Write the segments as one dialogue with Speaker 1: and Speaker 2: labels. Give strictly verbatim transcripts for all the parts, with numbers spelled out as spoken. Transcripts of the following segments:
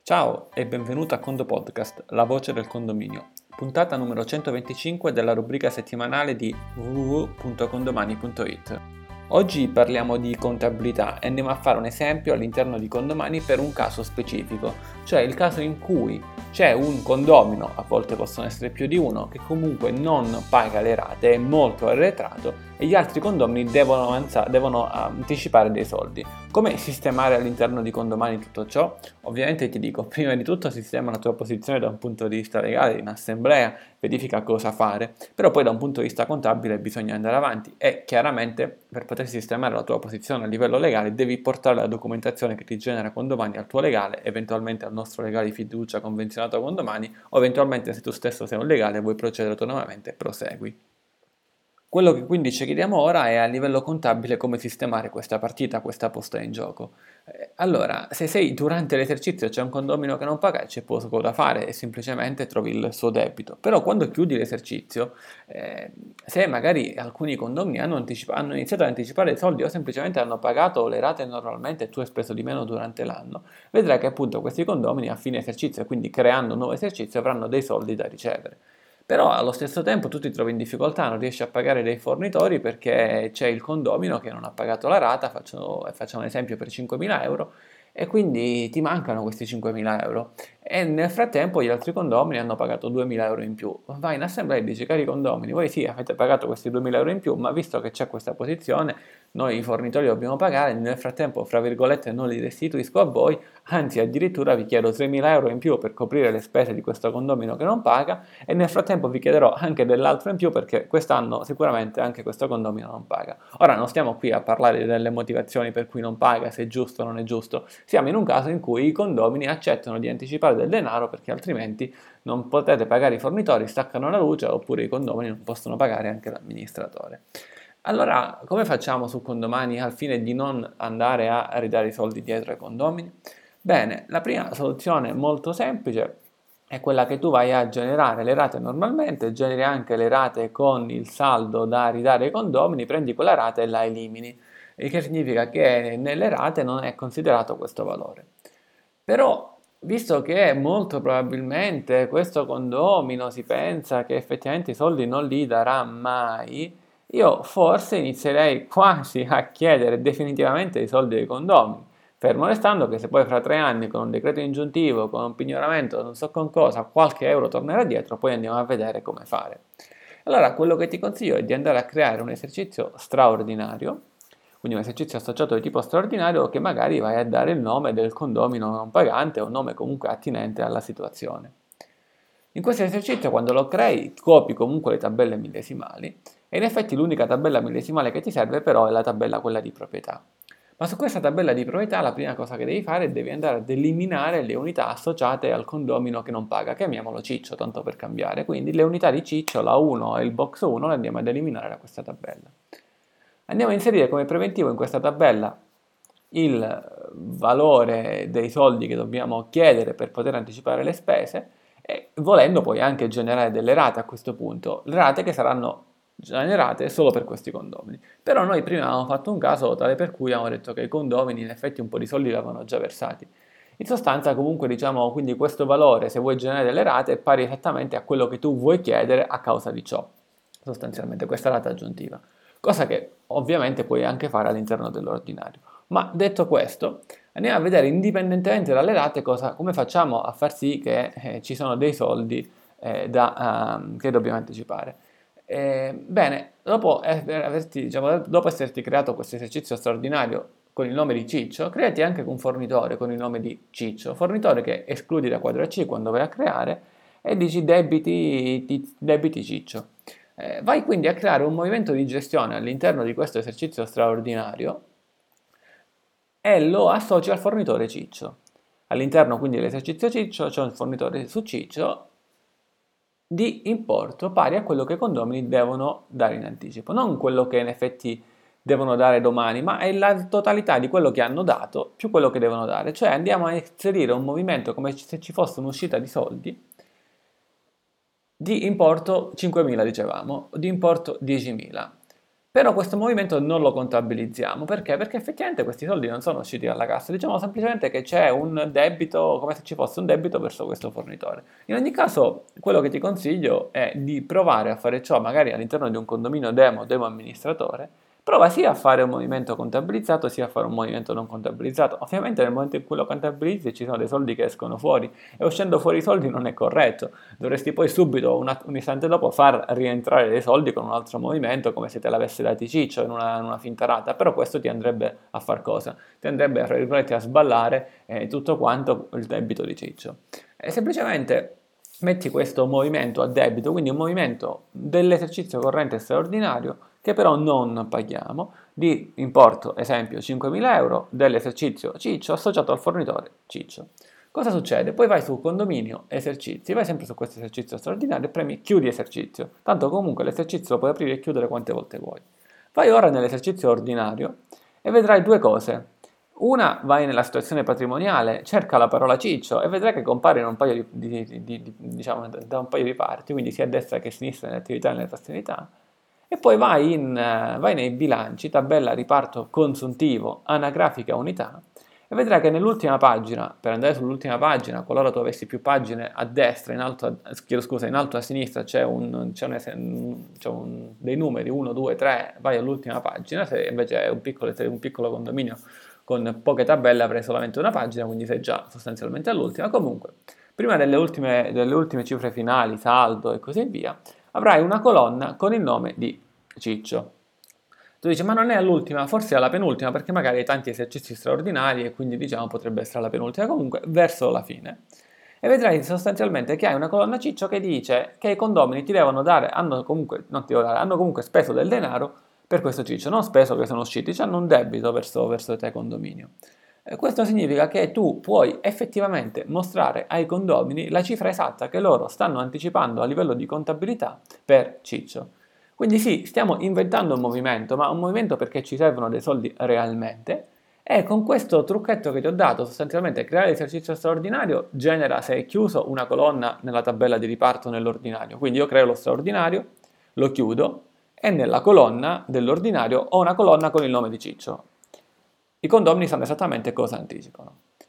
Speaker 1: Ciao e benvenuto a Condo Podcast, la voce del condominio, puntata numero centoventicinque della rubrica settimanale di w w w punto condomani punto it. Oggi parliamo di contabilità e andiamo a fare un esempio all'interno di Condomani per un caso specifico, cioè il caso in cui c'è un condomino, a volte possono essere più di uno, che comunque non paga le rate, è molto arretrato e gli altri condomini devono, avanzare, devono anticipare dei soldi. Come sistemare all'interno di Condomani tutto ciò? Ovviamente ti dico, prima di tutto sistema la tua posizione da un punto di vista legale in assemblea, verifica cosa fare, però poi da un punto di vista contabile bisogna andare avanti e chiaramente per poter sistemare la tua posizione a livello legale devi portare la documentazione che ti genera Condomani al tuo legale, eventualmente al nostro legale di fiducia convenzionato a Condomani o eventualmente se tu stesso sei un legale e vuoi procedere autonomamente prosegui. Quello che quindi ci chiediamo ora è a livello contabile come sistemare questa partita, questa posta in gioco. Eh, allora, se sei durante l'esercizio c'è un condomino che non paga, c'è poco da fare e semplicemente trovi il suo debito. Però quando chiudi l'esercizio, eh, se magari alcuni condomini hanno, anticipa- hanno iniziato ad anticipare i soldi o semplicemente hanno pagato le rate normalmente e tu hai speso di meno durante l'anno, vedrai che appunto questi condomini a fine esercizio, quindi creando un nuovo esercizio, avranno dei soldi da ricevere. Però allo stesso tempo tu ti trovi in difficoltà, non riesci a pagare dei fornitori perché c'è il condomino che non ha pagato la rata, faccio, facciamo un esempio per cinquemila euro, e quindi ti mancano questi cinquemila euro. E nel frattempo gli altri condomini hanno pagato duemila euro in più. Vai in assemblea e dici, cari condomini, voi sì, avete pagato questi duemila euro in più, ma visto che c'è questa posizione, noi i fornitori dobbiamo pagare, nel frattempo, fra virgolette, non li restituisco a voi, anzi addirittura vi chiedo tremila euro in più per coprire le spese di questo condomino che non paga e nel frattempo vi chiederò anche dell'altro in più perché quest'anno sicuramente anche questo condomino non paga. Ora non stiamo qui a parlare delle motivazioni per cui non paga, se è giusto o non è giusto, siamo in un caso in cui i condomini accettano di anticipare del denaro perché altrimenti non potete pagare i fornitori, staccano la luce oppure i condomini non possono pagare anche l'amministratore. Allora, come facciamo su Condomani al fine di non andare a ridare i soldi dietro ai condomini? Bene, la prima soluzione molto semplice è quella che tu vai a generare le rate normalmente, generi anche le rate con il saldo da ridare ai condomini, prendi quella rata e la elimini, il che significa che nelle rate non è considerato questo valore. Però, visto che molto probabilmente questo condomino si pensa che effettivamente i soldi non li darà mai, io forse inizierei quasi a chiedere definitivamente i soldi dei condomini, fermo restando che se poi fra tre anni con un decreto ingiuntivo, con un pignoramento, non so con cosa, qualche euro tornerà dietro, poi andiamo a vedere come fare. Allora, quello che ti consiglio è di andare a creare un esercizio straordinario, quindi un esercizio associato di tipo straordinario che magari vai a dare il nome del condomino non pagante o un nome comunque attinente alla situazione. In questo esercizio quando lo crei copi comunque le tabelle millesimali e in effetti l'unica tabella millesimale che ti serve però è la tabella quella di proprietà. Ma su questa tabella di proprietà la prima cosa che devi fare è devi andare ad eliminare le unità associate al condomino che non paga, chiamiamolo Ciccio tanto per cambiare, quindi le unità di Ciccio, la uno e il box uno le andiamo ad eliminare da questa tabella. Andiamo a inserire come preventivo in questa tabella il valore dei soldi che dobbiamo chiedere per poter anticipare le spese e volendo poi anche generare delle rate a questo punto, le rate che saranno generate solo per questi condomini. Però noi prima avevamo fatto un caso tale per cui abbiamo detto che i condomini in effetti un po' di soldi li avevano già versati. In sostanza comunque diciamo quindi questo valore se vuoi generare delle rate è pari esattamente a quello che tu vuoi chiedere a causa di ciò, sostanzialmente questa rata aggiuntiva, cosa che ovviamente puoi anche fare all'interno dell'ordinario. Ma detto questo, andiamo a vedere indipendentemente dalle rate cosa, come facciamo a far sì che eh, ci sono dei soldi eh, da, uh, che dobbiamo anticipare. Eh, bene, dopo, averti, diciamo, dopo esserti creato questo esercizio straordinario con il nome di Ciccio, creati anche un fornitore con il nome di Ciccio, fornitore che escludi da quadro C quando vai a creare e dici debiti, debiti Ciccio. Eh, vai quindi a creare un movimento di gestione all'interno di questo esercizio straordinario e lo associ al fornitore Ciccio. All'interno quindi dell'esercizio Ciccio c'è un fornitore su Ciccio di importo pari a quello che i condomini devono dare in anticipo, non quello che in effetti devono dare domani, ma è la totalità di quello che hanno dato più quello che devono dare, cioè andiamo a inserire un movimento come se ci fosse un'uscita di soldi di importo cinquemila dicevamo, di importo diecimila. Però questo movimento non lo contabilizziamo, perché? Perché effettivamente questi soldi non sono usciti dalla cassa, diciamo semplicemente che c'è un debito, come se ci fosse un debito verso questo fornitore. In ogni caso, quello che ti consiglio è di provare a fare ciò magari all'interno di un condominio demo, demo amministratore. Prova sia a fare un movimento contabilizzato sia a fare un movimento non contabilizzato. Ovviamente nel momento in cui lo contabilizzi ci sono dei soldi che escono fuori e uscendo fuori i soldi non è corretto. Dovresti poi subito, un, un istante dopo, far rientrare dei soldi con un altro movimento come se te l'avesse dati Ciccio in una, in una finta rata, però questo ti andrebbe a far cosa? Ti andrebbe, fra virgolette, a sballare eh, tutto quanto il debito di Ciccio. E semplicemente metti questo movimento a debito, quindi un movimento dell'esercizio corrente straordinario che però non paghiamo, di importo, esempio, cinquemila euro dell'esercizio Ciccio associato al fornitore Ciccio. Cosa succede? Poi vai su condominio esercizi, vai sempre su questo esercizio straordinario e premi chiudi esercizio, tanto comunque l'esercizio lo puoi aprire e chiudere quante volte vuoi. Vai ora nell'esercizio ordinario e vedrai due cose. Una, vai nella situazione patrimoniale, cerca la parola Ciccio e vedrai che compare in un paio di, di, di, di, diciamo, da un paio di parti, quindi sia a destra che a sinistra nelle attività e nelle trasferità. E poi vai, in, vai nei bilanci, tabella riparto consuntivo, anagrafica unità, e vedrai che nell'ultima pagina, per andare sull'ultima pagina, qualora tu avessi più pagine a destra, in alto a, chiedo scusa, in alto a sinistra c'è, un, c'è, un, c'è un, dei numeri uno, due, tre, vai all'ultima pagina, se invece è un piccolo, un piccolo condominio con poche tabelle avrai solamente una pagina, quindi sei già sostanzialmente all'ultima. Comunque, prima delle ultime, delle ultime cifre finali, saldo e così via, avrai una colonna con il nome di Ciccio. Tu dici, ma non è all'ultima, forse è alla penultima, perché magari hai tanti esercizi straordinari e quindi diciamo potrebbe essere alla penultima, comunque verso la fine. E vedrai sostanzialmente che hai una colonna Ciccio che dice che i condomini ti devono dare, hanno comunque, non ti devono dare, hanno comunque speso del denaro per questo Ciccio, non speso che sono usciti, hanno un debito verso, verso te condominio. E questo significa che tu puoi effettivamente mostrare ai condomini la cifra esatta che loro stanno anticipando a livello di contabilità per Ciccio. Quindi sì, stiamo inventando un movimento, ma un movimento perché ci servono dei soldi realmente, e con questo trucchetto che ti ho dato, sostanzialmente creare l'esercizio straordinario genera, se è chiuso, una colonna nella tabella di riparto nell'ordinario. Quindi io creo lo straordinario, lo chiudo, e nella colonna dell'ordinario ho una colonna con il nome di Ciccio. I condomini sanno esattamente cosa anticipano.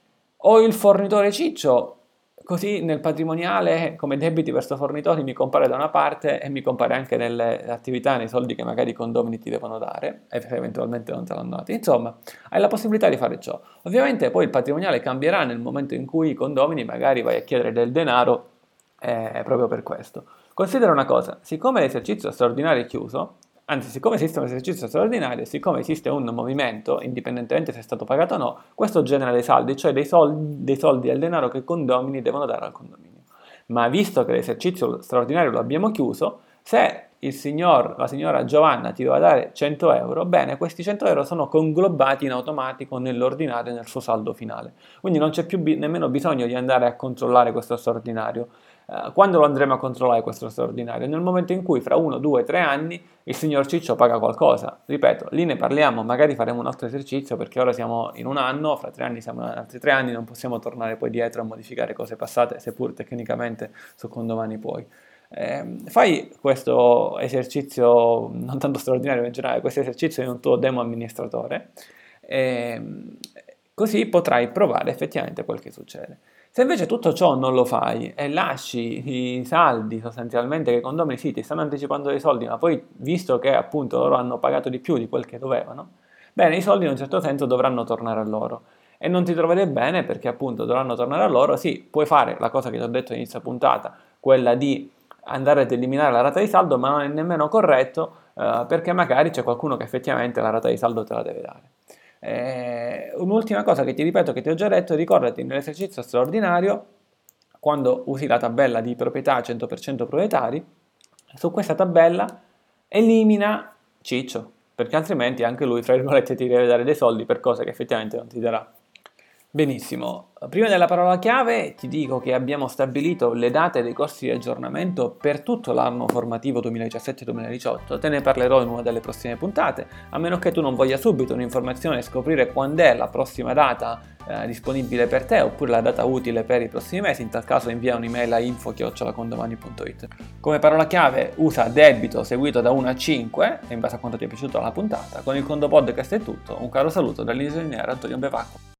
Speaker 1: Ho il fornitore Ciccio, così nel patrimoniale come debiti verso fornitori mi compare da una parte e mi compare anche nelle attività, nei soldi che magari i condomini ti devono dare, e se eventualmente non te l'hanno dati. Insomma, hai la possibilità di fare ciò. Ovviamente poi il patrimoniale cambierà nel momento in cui i condomini magari vai a chiedere del denaro eh, proprio per questo. Considera una cosa, siccome l'esercizio straordinario è chiuso, anzi siccome esiste un esercizio straordinario, siccome esiste un movimento, indipendentemente se è stato pagato o no, questo genera dei saldi, cioè dei soldi, dei soldi al denaro che i condomini devono dare al condominio. Ma visto che l'esercizio straordinario lo abbiamo chiuso, se il signor, la signora Giovanna ti doveva dare cento euro, bene, questi cento euro sono conglobati in automatico nell'ordinario nel suo saldo finale. Quindi non c'è più bi- nemmeno bisogno di andare a controllare questo straordinario. Uh, quando lo andremo a controllare questo straordinario? Nel momento in cui fra uno, due, tre anni il signor Ciccio paga qualcosa. Ripeto, lì ne parliamo, magari faremo un altro esercizio perché ora siamo in un anno, fra tre anni siamo in altri tre anni, non possiamo tornare poi dietro a modificare cose passate, seppur tecnicamente su condomani puoi. Eh, fai questo esercizio, non tanto straordinario ma in generale, questo esercizio in un tuo demo amministratore, eh, così potrai provare effettivamente quel che succede. Se invece tutto ciò non lo fai e lasci i saldi sostanzialmente che i condomini sì ti stanno anticipando dei soldi, ma poi visto che appunto loro hanno pagato di più di quel che dovevano, bene, i soldi in un certo senso dovranno tornare a loro. E non ti troverai bene perché appunto dovranno tornare a loro, sì, puoi fare la cosa che ti ho detto inizio puntata, quella di andare ad eliminare la rata di saldo, ma non è nemmeno corretto eh, perché magari c'è qualcuno che effettivamente la rata di saldo te la deve dare. Eh, un'ultima cosa che ti ripeto, che ti ho già detto, ricordati nell'esercizio straordinario, quando usi la tabella di proprietà cento per cento proprietari, su questa tabella elimina Ciccio, perché altrimenti anche lui, fra virgolette, ti deve dare dei soldi per cose che effettivamente non ti darà. Benissimo, prima della parola chiave ti dico che abbiamo stabilito le date dei corsi di aggiornamento per tutto l'anno formativo duemiladiciassette duemiladiciotto, te ne parlerò in una delle prossime puntate, a meno che tu non voglia subito un'informazione e scoprire quando è la prossima data eh, disponibile per te oppure la data utile per i prossimi mesi, in tal caso invia un'email a info chiocciola condomani punto it. Come parola chiave usa debito seguito da uno a cinque, in base a quanto ti è piaciuta la puntata. Con il Condo Podcast è tutto, un caro saluto dall'ingegnere Antonio Bevacqua.